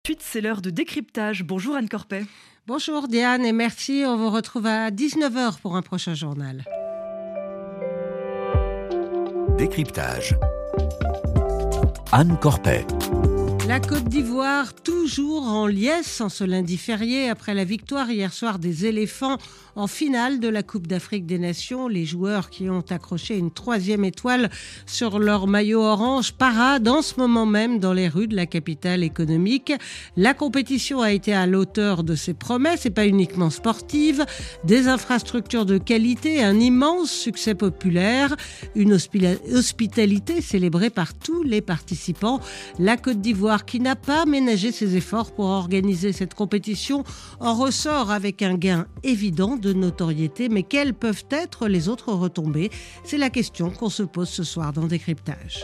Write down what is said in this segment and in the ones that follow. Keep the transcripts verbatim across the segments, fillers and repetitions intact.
Ensuite, c'est l'heure de décryptage. Bonjour Anne Corpet. Bonjour Diane et merci. On vous retrouve à dix-neuf heures pour un prochain journal. Décryptage. Anne Corpet. La Côte d'Ivoire, toujours en liesse en ce lundi férié, après la victoire hier soir des éléphants en finale de la Coupe d'Afrique des Nations. Les joueurs qui ont accroché une troisième étoile sur leur maillot orange paradent en ce moment même dans les rues de la capitale économique. La compétition a été à l'auteur de ses promesses et pas uniquement sportive. Des infrastructures de qualité, un immense succès populaire, une hospitalité célébrée par tous les participants. La Côte d'Ivoire, qui n'a pas ménagé ses efforts pour organiser cette compétition, en ressort avec un gain évident de notoriété. Mais quelles peuvent être les autres retombées ? C'est la question qu'on se pose ce soir dans Décryptage.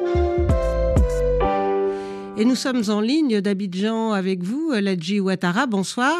Et nous sommes en ligne d'Abidjan avec vous, Ladji Ouattara. Bonsoir.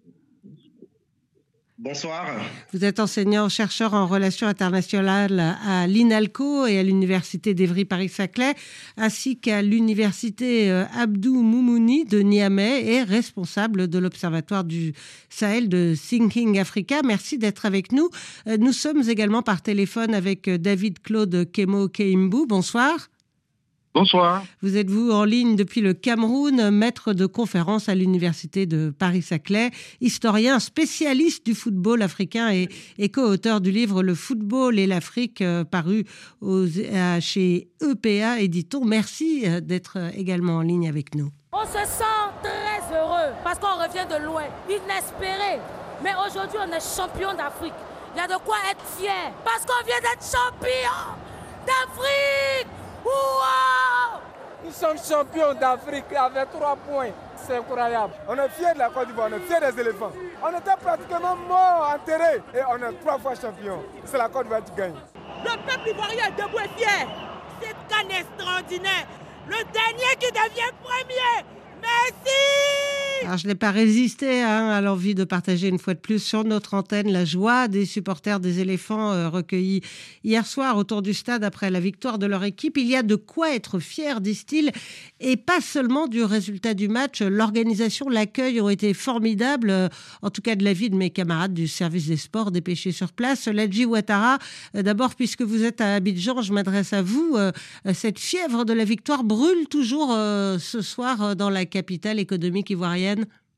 Bonsoir. Vous êtes enseignant-chercheur en relations internationales à l'INALCO et à l'université d'Evry-Paris-Saclay, ainsi qu'à l'université Abdou Moumouni de Niamey et responsable de l'Observatoire du Sahel de Thinking Africa. Merci d'être avec nous. Nous sommes également par téléphone avec David-Claude Kemo Keimbou. Bonsoir. Bonsoir. Vous êtes vous en ligne depuis le Cameroun, maître de conférence à l'université de Paris-Saclay, historien spécialiste du football africain et, et co-auteur du livre Le football et l'Afrique, euh, paru aux, euh, chez E P A, éditons. Merci euh, d'être également en ligne avec nous. On se sent très heureux parce qu'on revient de loin, inespéré. Mais aujourd'hui, on est champion d'Afrique. Il y a de quoi être fier parce qu'on vient d'être champion d'Afrique. Wow! Nous sommes champions d'Afrique avec trois points. C'est incroyable. On est fiers de la Côte d'Ivoire, on est fiers des éléphants. On était pratiquement morts, enterrés. Et on est trois fois champions. C'est la Côte d'Ivoire qui gagne. Le peuple ivoirien est debout et fier. Cette canne extraordinaire. Le dernier qui devient premier. Merci! Alors, je n'ai pas résisté hein, à l'envie de partager une fois de plus sur notre antenne la joie des supporters des éléphants euh, recueillis hier soir autour du stade après la victoire de leur équipe. Il y a de quoi être fier, disent-ils, et pas seulement du résultat du match. L'organisation, l'accueil ont été formidables, euh, en tout cas de l'avis de mes camarades du service des sports dépêchés sur place. Ladji Ouattara, euh, d'abord, puisque vous êtes à Abidjan, je m'adresse à vous. Euh, cette fièvre de la victoire brûle toujours euh, ce soir euh, dans la capitale économique ivoirienne.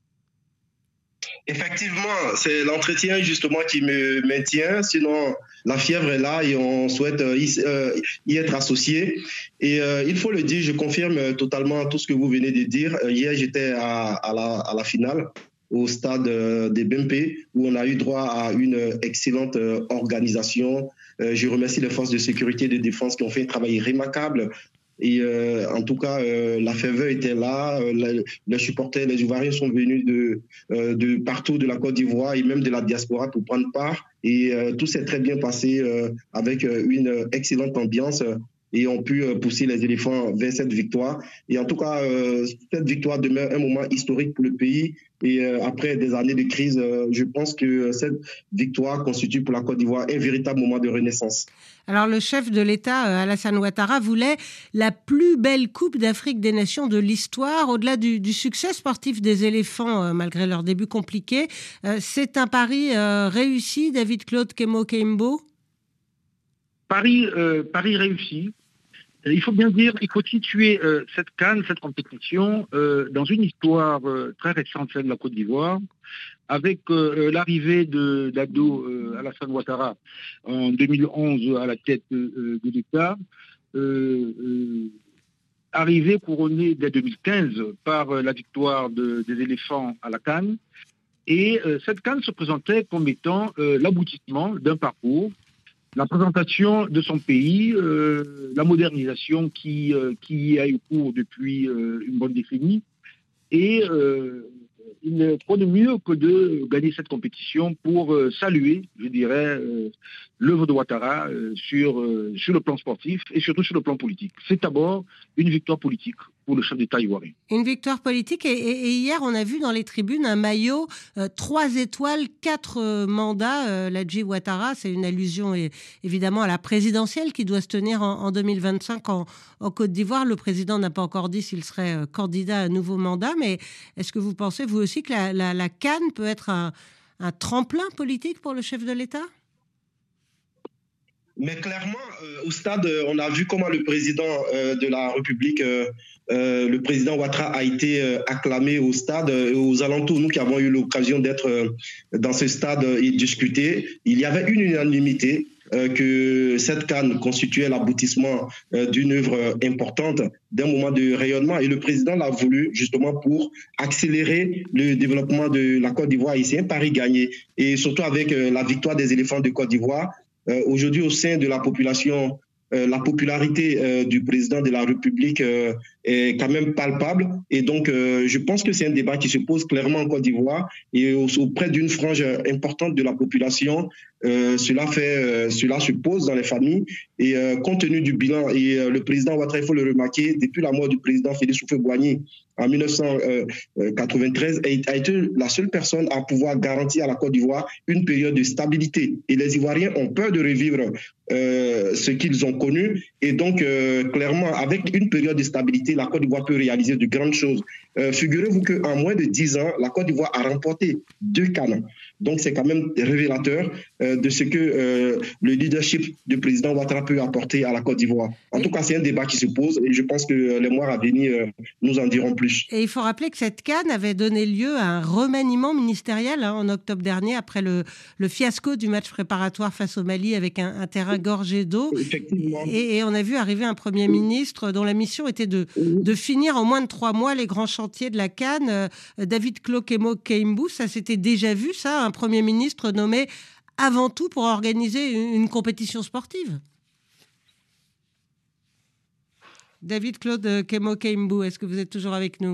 Effectivement, c'est l'entretien justement qui me maintient. Sinon, la fièvre est là et on souhaite y être associé. Et euh, il faut le dire, je confirme totalement tout ce que vous venez de dire. Hier, j'étais à, à, la, à la finale au stade des B M P où on a eu droit à une excellente organisation. Je remercie les forces de sécurité et de défense qui ont fait un travail remarquable. Et euh, en tout cas, euh, la ferveur était là. Euh, les, les supporters, les Ivoiriens sont venus de, euh, de partout de la Côte d'Ivoire et même de la diaspora pour prendre part. Et euh, tout s'est très bien passé euh, avec une excellente ambiance. Et ont pu pousser les éléphants vers cette victoire. Et en tout cas, euh, cette victoire demeure un moment historique pour le pays. Et euh, après des années de crise, euh, je pense que cette victoire constitue pour la Côte d'Ivoire un véritable moment de renaissance. Alors, le chef de l'État, Alassane Ouattara, voulait la plus belle Coupe d'Afrique des Nations de l'histoire. Au-delà du, du succès sportif des éléphants, euh, malgré leur début compliqué, euh, c'est un pari euh, réussi, David-Claude Kemo Keimbou ? Paris, euh, Paris réussi. Il faut bien dire, il faut situer euh, cette CAN, cette compétition, euh, dans une histoire euh, très récente, celle de la Côte d'Ivoire, avec euh, l'arrivée de d'Abdou euh, Alassane Ouattara en deux mille onze à la tête euh, de l'État, euh, euh, arrivé couronné dès deux mille quinze par euh, la victoire de, des éléphants à la CAN. Et euh, cette CAN se présentait comme étant euh, l'aboutissement d'un parcours, la présentation de son pays, euh, la modernisation qui, euh, qui a eu cours depuis euh, une bonne décennie. Et euh, il ne faut de mieux que de gagner cette compétition pour euh, saluer, je dirais, euh, l'œuvre de Ouattara euh, sur, euh, sur le plan sportif et surtout sur le plan politique. C'est d'abord une victoire politique pour le chef d'État ivoirien. Une victoire politique. Et, et, et hier, on a vu dans les tribunes un maillot, euh, trois étoiles, quatre euh, mandats. Euh, Ladji Ouattara, c'est une allusion et, évidemment à la présidentielle qui doit se tenir en, en deux mille vingt-cinq en, en Côte d'Ivoire. Le président n'a pas encore dit s'il serait euh, candidat à un nouveau mandat. Mais est-ce que vous pensez, vous aussi, que la, la, la CAN peut être un, un tremplin politique pour le chef de l'État ? Mais clairement, euh, au stade, on a vu comment le président euh, de la République, euh, euh, le président Ouattara, a été euh, acclamé au stade et euh, aux alentours. Nous qui avons eu l'occasion d'être euh, dans ce stade et discuter, il y avait une unanimité euh, que cette CAN constituait l'aboutissement euh, d'une œuvre importante, d'un moment de rayonnement. Et le président l'a voulu justement pour accélérer le développement de la Côte d'Ivoire. Et c'est un pari gagné. Et surtout avec euh, la victoire des éléphants de Côte d'Ivoire. Euh, aujourd'hui, au sein de la population, euh, la popularité euh, du président de la République euh, est quand même palpable. Et donc, euh, je pense que c'est un débat qui se pose clairement en Côte d'Ivoire et auprès d'une frange importante de la population. Euh, cela, fait, euh, cela se pose dans les familles. Et euh, compte tenu du bilan, et euh, le président Ouattara, il faut le remarquer, depuis la mort du président Félix Houphouët-Boigny en mille neuf cent quatre-vingt-treize, a été la seule personne à pouvoir garantir à la Côte d'Ivoire une période de stabilité. Et les Ivoiriens ont peur de revivre euh, ce qu'ils ont connu. Et donc, euh, clairement, avec une période de stabilité, la Côte d'Ivoire peut réaliser de grandes choses. Euh, figurez-vous qu'en moins de dix ans, la Côte d'Ivoire a remporté deux CAN. Donc, c'est quand même révélateur euh, de ce que euh, le leadership du président Ouattara peut apporter à la Côte d'Ivoire. En tout cas, c'est un débat qui se pose et je pense que les mois à venir euh, nous en diront plus. Et il faut rappeler que cette CAN avait donné lieu à un remaniement ministériel hein, en octobre dernier après le, le fiasco du match préparatoire face au Mali avec un, un terrain gorgé d'eau. Effectivement. Et, et on a vu arriver un Premier ministre dont la mission était de, de finir en moins de trois mois les grands chantiers de la CAN. Euh, David Klokemo Keimbu, ça s'était déjà vu, ça, un Premier ministre nommé avant tout pour organiser une, une compétition sportive. David Claude Kemo Keimbu, est-ce que vous êtes toujours avec nous?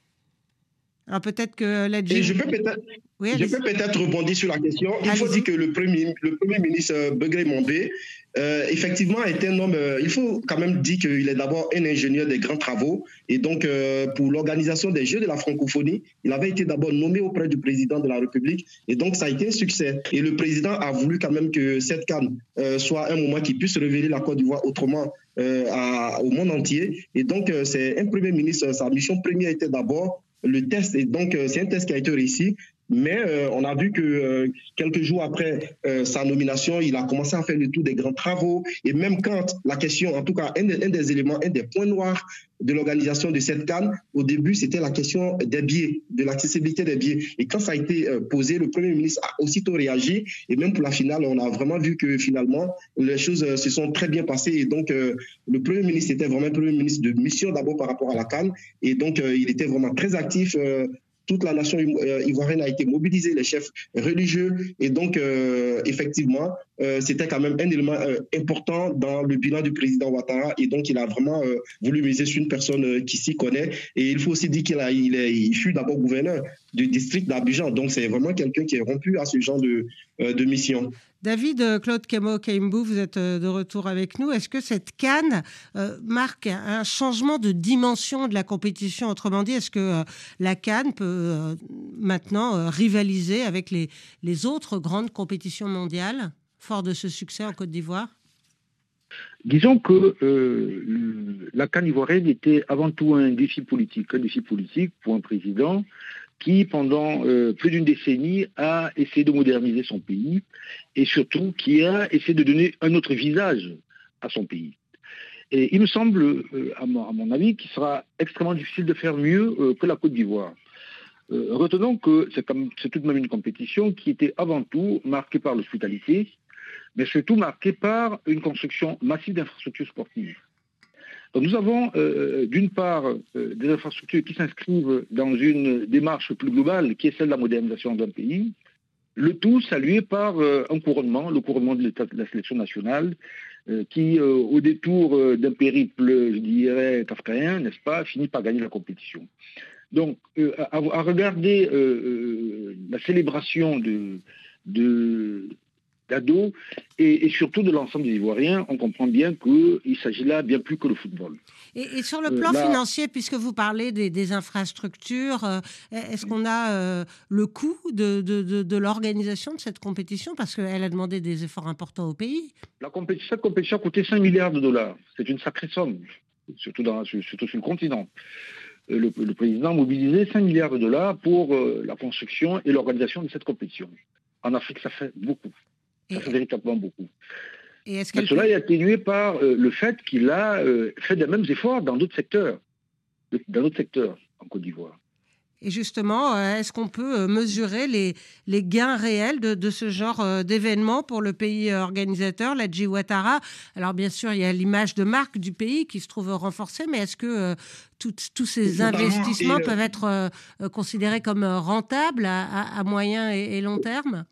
Alors peut-être que la Et je peux peut-être oui, je peux peut-être rebondir sur la question. Il faut dire que le Premier, le premier ministre Begré Mambé, euh, effectivement, est un homme. Euh, il faut quand même dire qu'il est d'abord un ingénieur des grands travaux. Et donc, euh, pour l'organisation des Jeux de la francophonie, il avait été d'abord nommé auprès du président de la République. Et donc, ça a été un succès. Et le président a voulu quand même que cette CAN euh, soit un moment qui puisse révéler la Côte d'Ivoire autrement euh, à, au monde entier. Et donc, euh, c'est un Premier ministre. Sa mission première était d'abord le test. Et donc, euh, c'est un test qui a été réussi. Mais euh, on a vu que euh, quelques jours après euh, sa nomination, il a commencé à faire le tour des grands travaux. Et même quand la question, en tout cas, un, un des éléments, un des points noirs de l'organisation de cette CAN, au début, c'était la question des billets, de l'accessibilité des billets. Et quand ça a été euh, posé, le Premier ministre a aussitôt réagi. Et même pour la finale, on a vraiment vu que finalement, les choses euh, se sont très bien passées. Et donc, euh, le Premier ministre était vraiment un Premier ministre de mission d'abord par rapport à la CAN. Et donc, euh, il était vraiment très actif. Euh, Toute la nation ivoirienne a été mobilisée, les chefs religieux. Et donc, euh, effectivement, euh, c'était quand même un élément euh, important dans le bilan du président Ouattara. Et donc, il a vraiment euh, voulu miser sur une personne euh, qui s'y connaît. Et il faut aussi dire qu'il a, il est, il fut d'abord gouverneur du district d'Abidjan. Donc, c'est vraiment quelqu'un qui est rompu à ce genre de, euh, de mission. David Claude Kemo Keimbu, vous êtes de retour avec nous. Est-ce que cette CAN euh, marque un changement de dimension de la compétition? Autrement dit, est-ce que euh, la CAN peut euh, maintenant euh, rivaliser avec les, les autres grandes compétitions mondiales, fort de ce succès en Côte d'Ivoire? Disons que euh, la CAN ivoirienne était avant tout un défi politique, un défi politique pour un président qui, pendant euh, plus d'une décennie, a essayé de moderniser son pays et surtout qui a essayé de donner un autre visage à son pays. Et il me semble, euh, à, mon, à mon avis, qu'il sera extrêmement difficile de faire mieux euh, que la Côte d'Ivoire. Euh, retenons que c'est, comme, c'est tout de même une compétition qui était avant tout marquée par l'hospitalité, mais surtout marquée par une construction massive d'infrastructures sportives. Donc nous avons euh, d'une part euh, des infrastructures qui s'inscrivent dans une démarche plus globale qui est celle de la modernisation d'un pays, le tout salué par euh, un couronnement, le couronnement de, l'état, de la sélection nationale, euh, qui euh, au détour euh, d'un périple, je dirais, kafkaïen, n'est-ce pas, finit par gagner la compétition. Donc euh, à, à regarder euh, euh, la célébration de, de d'ados et, et surtout de l'ensemble des Ivoiriens. On comprend bien qu'il s'agit là bien plus que le football. Et, et sur le plan euh, là, financier, puisque vous parlez des, des infrastructures, euh, est-ce qu'on a euh, le coût de, de, de, de l'organisation de cette compétition? Parce qu'elle a demandé des efforts importants au pays. La compétition, cette compétition a coûté cinq milliards de dollars. C'est une sacrée somme, surtout, dans, surtout sur le continent. Le, le président a mobilisé cinq milliards de dollars pour euh, la construction et l'organisation de cette compétition. En Afrique, ça fait beaucoup. Ça et fait véritablement beaucoup. Et est-ce Mais cela peut... est atténué par euh, le fait qu'il a euh, fait les mêmes efforts dans d'autres secteurs, dans d'autres secteurs en Côte d'Ivoire. Et justement, est-ce qu'on peut mesurer les, les gains réels de, de ce genre d'événements pour le pays organisateur, l'Adji Ouattara? Alors bien sûr, il y a l'image de marque du pays qui se trouve renforcée, mais est-ce que euh, tous ces investissements et, euh... peuvent être euh, considérés comme rentables à, à, à moyen et, et long terme?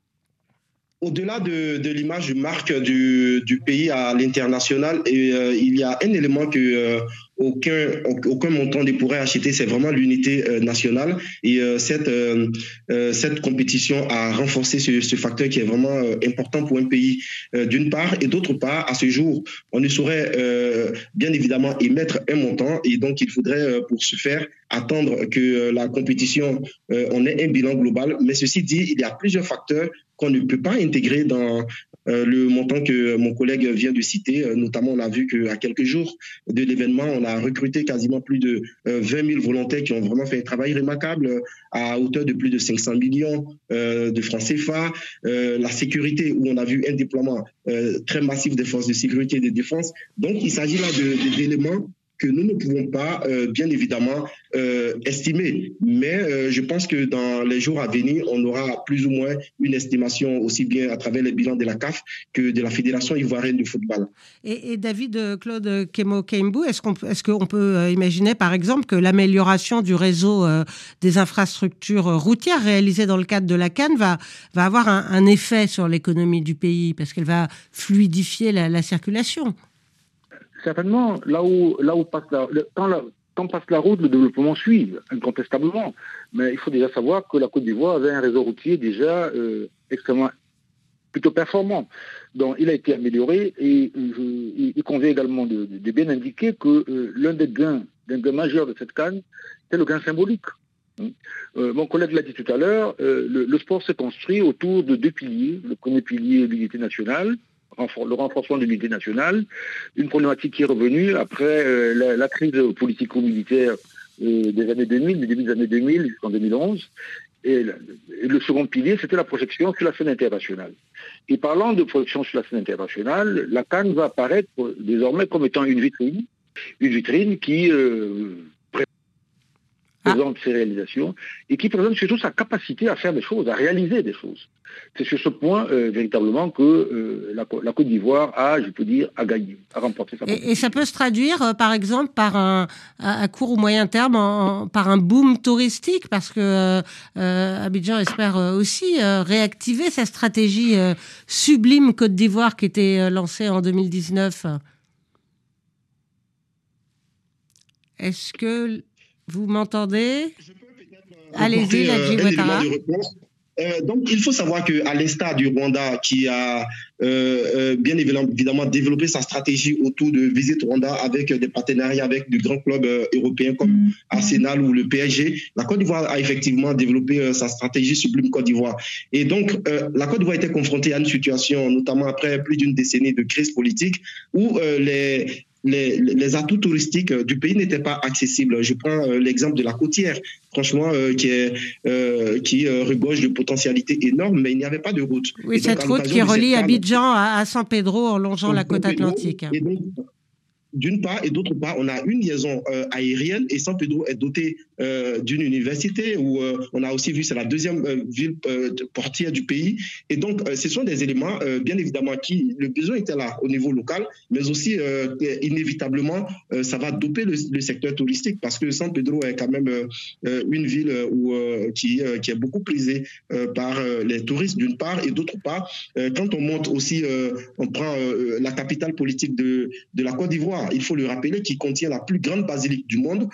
Au-delà de, de l'image de marque du, du pays à l'international, et, euh, il y a un élément que euh, aucun, aucun montant ne pourrait acheter, c'est vraiment l'unité euh, nationale. Et euh, cette, euh, euh, cette compétition a renforcé ce, ce facteur qui est vraiment euh, important pour un pays, euh, d'une part. Et d'autre part, à ce jour, on ne saurait euh, bien évidemment émettre un montant. Et donc, il faudrait, euh, pour ce faire, attendre que euh, la compétition, euh, on ait un bilan global. Mais ceci dit, il y a plusieurs facteurs qu'on ne peut pas intégrer dans euh, le montant que mon collègue vient de citer. Euh, notamment, on a vu qu'à quelques jours de l'événement, on a recruté quasiment plus de euh, vingt mille volontaires qui ont vraiment fait un travail remarquable euh, à hauteur de plus de cinq cents millions euh, de francs C F A. Euh, la sécurité, où on a vu un déploiement euh, très massif des forces de sécurité et de défense. Donc, il s'agit là d'éléments que nous ne pouvons pas, euh, bien évidemment, euh, estimer. Mais euh, je pense que dans les jours à venir, on aura plus ou moins une estimation aussi bien à travers les bilans de la C A F que de la Fédération ivoirienne de football. Et, et David Claude Kemo Kembou, est-ce qu'on est-ce qu'on peut imaginer, par exemple, que l'amélioration du réseau euh, des infrastructures routières réalisées dans le cadre de la CAN va, va avoir un, un effet sur l'économie du pays, parce qu'elle va fluidifier la, la circulation? Certainement, là où, là où passe la, quand, la, quand passe la route, le développement suit, incontestablement. Mais il faut déjà savoir que la Côte d'Ivoire avait un réseau routier déjà euh, extrêmement, plutôt performant. Donc, il a été amélioré et je, il convient également de, de bien indiquer que euh, l'un des gains, d'un gain majeur de cette canne, c'est le gain symbolique. Euh, mon collègue l'a dit tout à l'heure, euh, le, le sport s'est construit autour de deux piliers. Le premier pilier, l'unité nationale, le renforcement de l'unité nationale, une problématique qui est revenue après euh, la, la crise politico-militaire euh, des années deux mille, du début des années deux mille jusqu'en deux mille onze. Et le, et le second pilier, c'était la projection sur la scène internationale. Et parlant de projection sur la scène internationale, la CAN va apparaître désormais comme étant une vitrine, une vitrine qui euh, présente ah. ses réalisations et qui présente surtout sa capacité à faire des choses, à réaliser des choses. C'est sur ce point euh, véritablement que euh, la, la Côte d'Ivoire a, je peux dire, a gagné, a remporté sa compétition. Et, et ça peut se traduire, euh, par exemple, par un, à court ou moyen terme, en, par un boom touristique, parce que euh, Abidjan espère aussi euh, réactiver sa stratégie euh, sublime Côte d'Ivoire qui était euh, lancée en deux mille dix-neuf. Est-ce que vous m'entendez? Allez-y, Ladji Ouattara. Euh, donc, il faut savoir qu'à l'instar du Rwanda, qui a euh, euh, bien évidemment développé sa stratégie autour de Visit Rwanda avec des partenariats avec de grands clubs euh, européens comme mmh. Arsenal ou le P S G, la Côte d'Ivoire a effectivement développé euh, sa stratégie Sublime Côte d'Ivoire. Et donc, euh, la Côte d'Ivoire était confrontée à une situation, notamment après plus d'une décennie de crise politique, où euh, les Les, les atouts touristiques du pays n'étaient pas accessibles. Je prends euh, l'exemple de la côtière, franchement, euh, qui, est, euh, qui euh, regorge de potentialités énormes, mais il n'y avait pas de route. Oui, et cette donc, route qui relie Abidjan à, à San Pedro en longeant la côte atlantique. Et donc, d'une part, et d'autre part, on a une liaison euh, aérienne et San Pedro est doté euh, d'une université où euh, on a aussi vu, c'est la deuxième euh, ville euh, portière du pays. Et donc, euh, ce sont des éléments, euh, bien évidemment, qui, le besoin était là au niveau local, mais aussi, euh, inévitablement, euh, ça va doper le, le secteur touristique parce que San Pedro est quand même euh, une ville où, euh, qui, euh, qui est beaucoup prisée euh, par euh, les touristes, d'une part, et d'autre part, euh, quand on monte aussi, euh, on prend euh, la capitale politique de, de la Côte d'Ivoire, il faut le rappeler, qui contient la plus grande basilique du monde.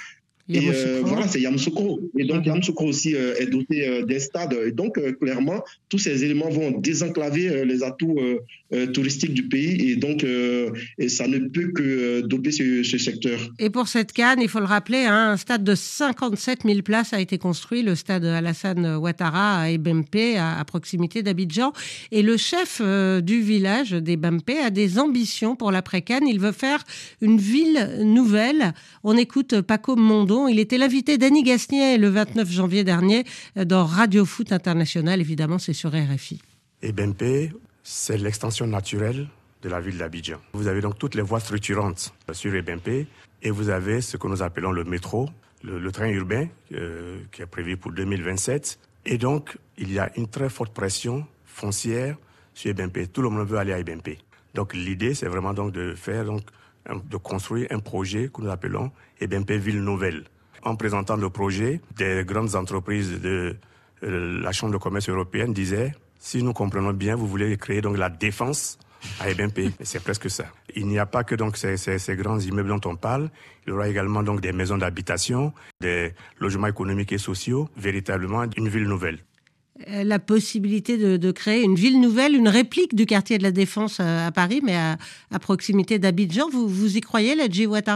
Et euh, voilà, c'est Yamoussoukro. Et donc, Yamoussoukro aussi euh, est doté euh, d'un stade. Et donc, euh, clairement, tous ces éléments vont désenclaver euh, les atouts euh, euh, touristiques du pays. Et donc, euh, et ça ne peut que euh, doper ce, ce secteur. Et pour cette CAN, il faut le rappeler, hein, un stade de cinquante-sept mille places a été construit, le stade Alassane Ouattara à Ebempe, à, à proximité d'Abidjan. Et le chef euh, du village d'Ebempe a des ambitions pour l'après-CAN. Il veut faire une ville nouvelle. On écoute Paco Mondon. Il était l'invité d'Annie Gasnier le vingt-neuf janvier dernier dans Radio Foot International. Évidemment, c'est sur R F I. Ebempe, c'est l'extension naturelle de la ville d'Abidjan. Vous avez donc toutes les voies structurantes sur Ebempe et vous avez ce que nous appelons le métro, le, le train urbain euh, qui est prévu pour deux mille vingt-sept. Et donc, il y a une très forte pression foncière sur Ebempe. Tout le monde veut aller à Ebempe. Donc, l'idée, c'est vraiment donc de faire donc de construire un projet que nous appelons Ebempe Ville Nouvelle. En présentant le projet, des grandes entreprises de euh, la Chambre de commerce européenne disaient, si nous comprenons bien, vous voulez créer donc la défense à Ebempe. Et c'est presque ça. Il n'y a pas que donc ces, ces, ces grands immeubles dont on parle. Il y aura également donc des maisons d'habitation, des logements économiques et sociaux, véritablement une ville nouvelle. La possibilité de, de créer une ville nouvelle, une réplique du quartier de la Défense à, à Paris, mais à, à proximité d'Abidjan. Vous, vous y croyez, Ladji Ouattara ?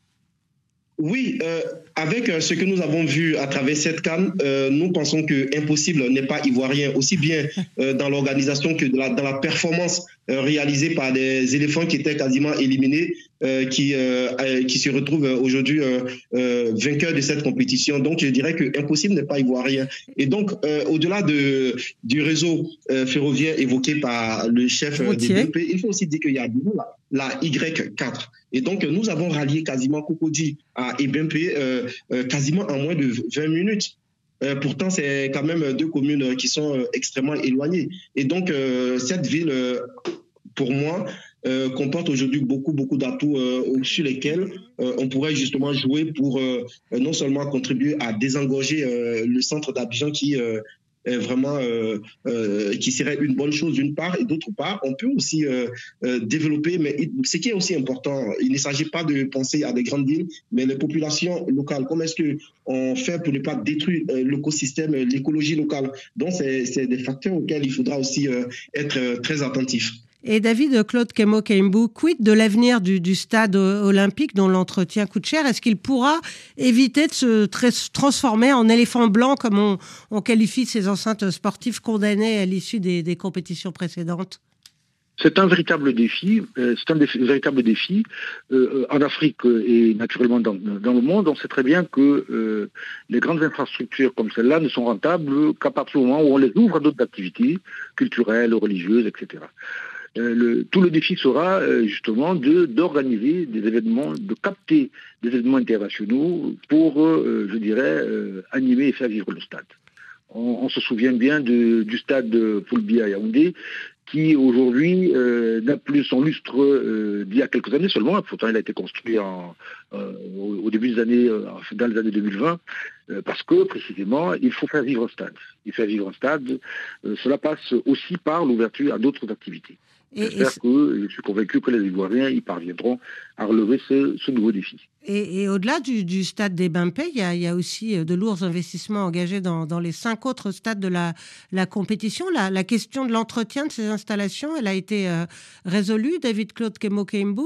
Oui, euh, avec ce que nous avons vu à travers cette CAN, euh, nous pensons que impossible n'est pas ivoirien, aussi bien euh, dans l'organisation que de la, dans la performance euh, réalisée par des éléphants qui étaient quasiment éliminés, euh, qui, euh, qui se retrouvent aujourd'hui euh, euh, vainqueurs de cette compétition. Donc, je dirais que impossible n'est pas ivoirien. Et donc, euh, au-delà de, du réseau euh, ferroviaire évoqué par le chef euh, des deux pays, il faut aussi dire qu'il y a la, la Y quatre. Et donc, nous avons rallié quasiment Cocody à Ebempe euh, euh, quasiment en moins de vingt minutes. Euh, pourtant, c'est quand même deux communes qui sont euh, extrêmement éloignées. Et donc, euh, cette ville, euh, pour moi, euh, comporte aujourd'hui beaucoup, beaucoup d'atouts euh, sur lesquels euh, on pourrait justement jouer pour euh, non seulement contribuer à désengorger euh, le centre d'Abidjan qui... Euh, vraiment euh, euh, qui serait une bonne chose d'une part, et d'autre part, on peut aussi euh, euh, développer, mais ce qui est aussi important, il ne s'agit pas de penser à des grandes villes, mais les populations locales. Comment est-ce qu'on fait pour ne pas détruire euh, l'écosystème, l'écologie locale? Donc, c'est, c'est des facteurs auxquels il faudra aussi euh, être euh, très attentif. Et David Claude Kemo Keimbu, quid de l'avenir du, du stade olympique dont l'entretien coûte cher? Est-ce qu'il pourra éviter de se tra- transformer en éléphant blanc comme on, on qualifie ces enceintes sportives condamnées à l'issue des, des compétitions précédentes? C'est un véritable défi, euh, c'est un défi, véritable défi euh, en Afrique et naturellement dans, dans le monde. On sait très bien que euh, les grandes infrastructures comme celle-là ne sont rentables qu'à partir du moment où on les ouvre à d'autres activités culturelles, religieuses, et cetera. Euh, le, tout le défi sera euh, justement de, d'organiser des événements, de capter des événements internationaux pour, euh, je dirais, euh, animer et faire vivre le stade. On, on se souvient bien de, du stade de Poulbi à Yaoundé, qui aujourd'hui euh, n'a plus son lustre euh, d'il y a quelques années seulement. Pourtant, il a été construit en, euh, au, au début des années, euh, dans les années deux mille vingt, euh, parce que précisément, il faut faire vivre un stade. Il faut faire vivre un stade. Euh, cela passe aussi par l'ouverture à d'autres activités. Et, J'espère et que je suis convaincu que les Ivoiriens y parviendront à relever ce, ce nouveau défi. Et, et au-delà du, du stade d'Ebempe, il y, a, il y a aussi de lourds investissements engagés dans, dans les cinq autres stades de la, la compétition. La, la question de l'entretien de ces installations, elle a été euh, résolue, David Claude Kemo Keimbu?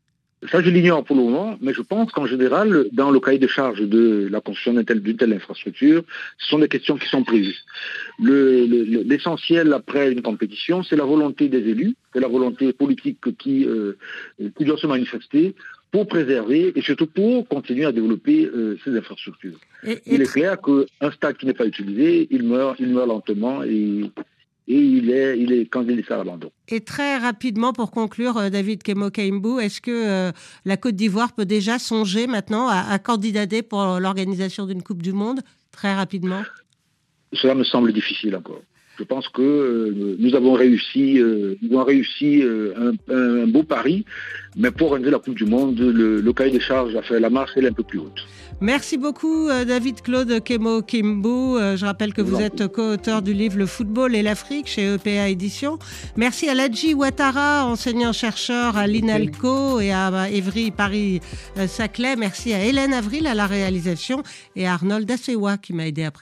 Ça, je l'ignore pour le moment, mais je pense qu'en général, dans le cahier de charge de la construction d'une telle, d'une telle infrastructure, ce sont des questions qui sont prises. Le, le, l'essentiel après une compétition, c'est la volonté des élus, c'est la volonté politique qui, euh, qui doit se manifester pour préserver et surtout pour continuer à développer euh, ces infrastructures. Et, et il est clair qu'un stade qui n'est pas utilisé, il meurt, il meurt lentement et... Et il est, il est candidat à l'abandon. Et très rapidement, pour conclure, David Kemo Keimbu, est-ce que euh, la Côte d'Ivoire peut déjà songer maintenant à, à candidater pour l'organisation d'une Coupe du Monde? Très rapidement. Cela me semble difficile encore. Je pense que euh, nous avons réussi, euh, nous avons réussi euh, un, un, un beau pari, mais pour organiser la Coupe du Monde, le, le cahier des charges a fait la marche, elle est un peu plus haute. Merci beaucoup euh, David Claude Kemo Kimbu. Euh, je rappelle que vous, vous êtes co-auteur du livre Le football et l'Afrique chez E P A Éditions. Merci à Ladji Ouattara, enseignant-chercheur à l'INALCO et à Évry Paris-Saclay. Merci à Hélène Avril à la réalisation et à Arnold Assewa qui m'a aidé à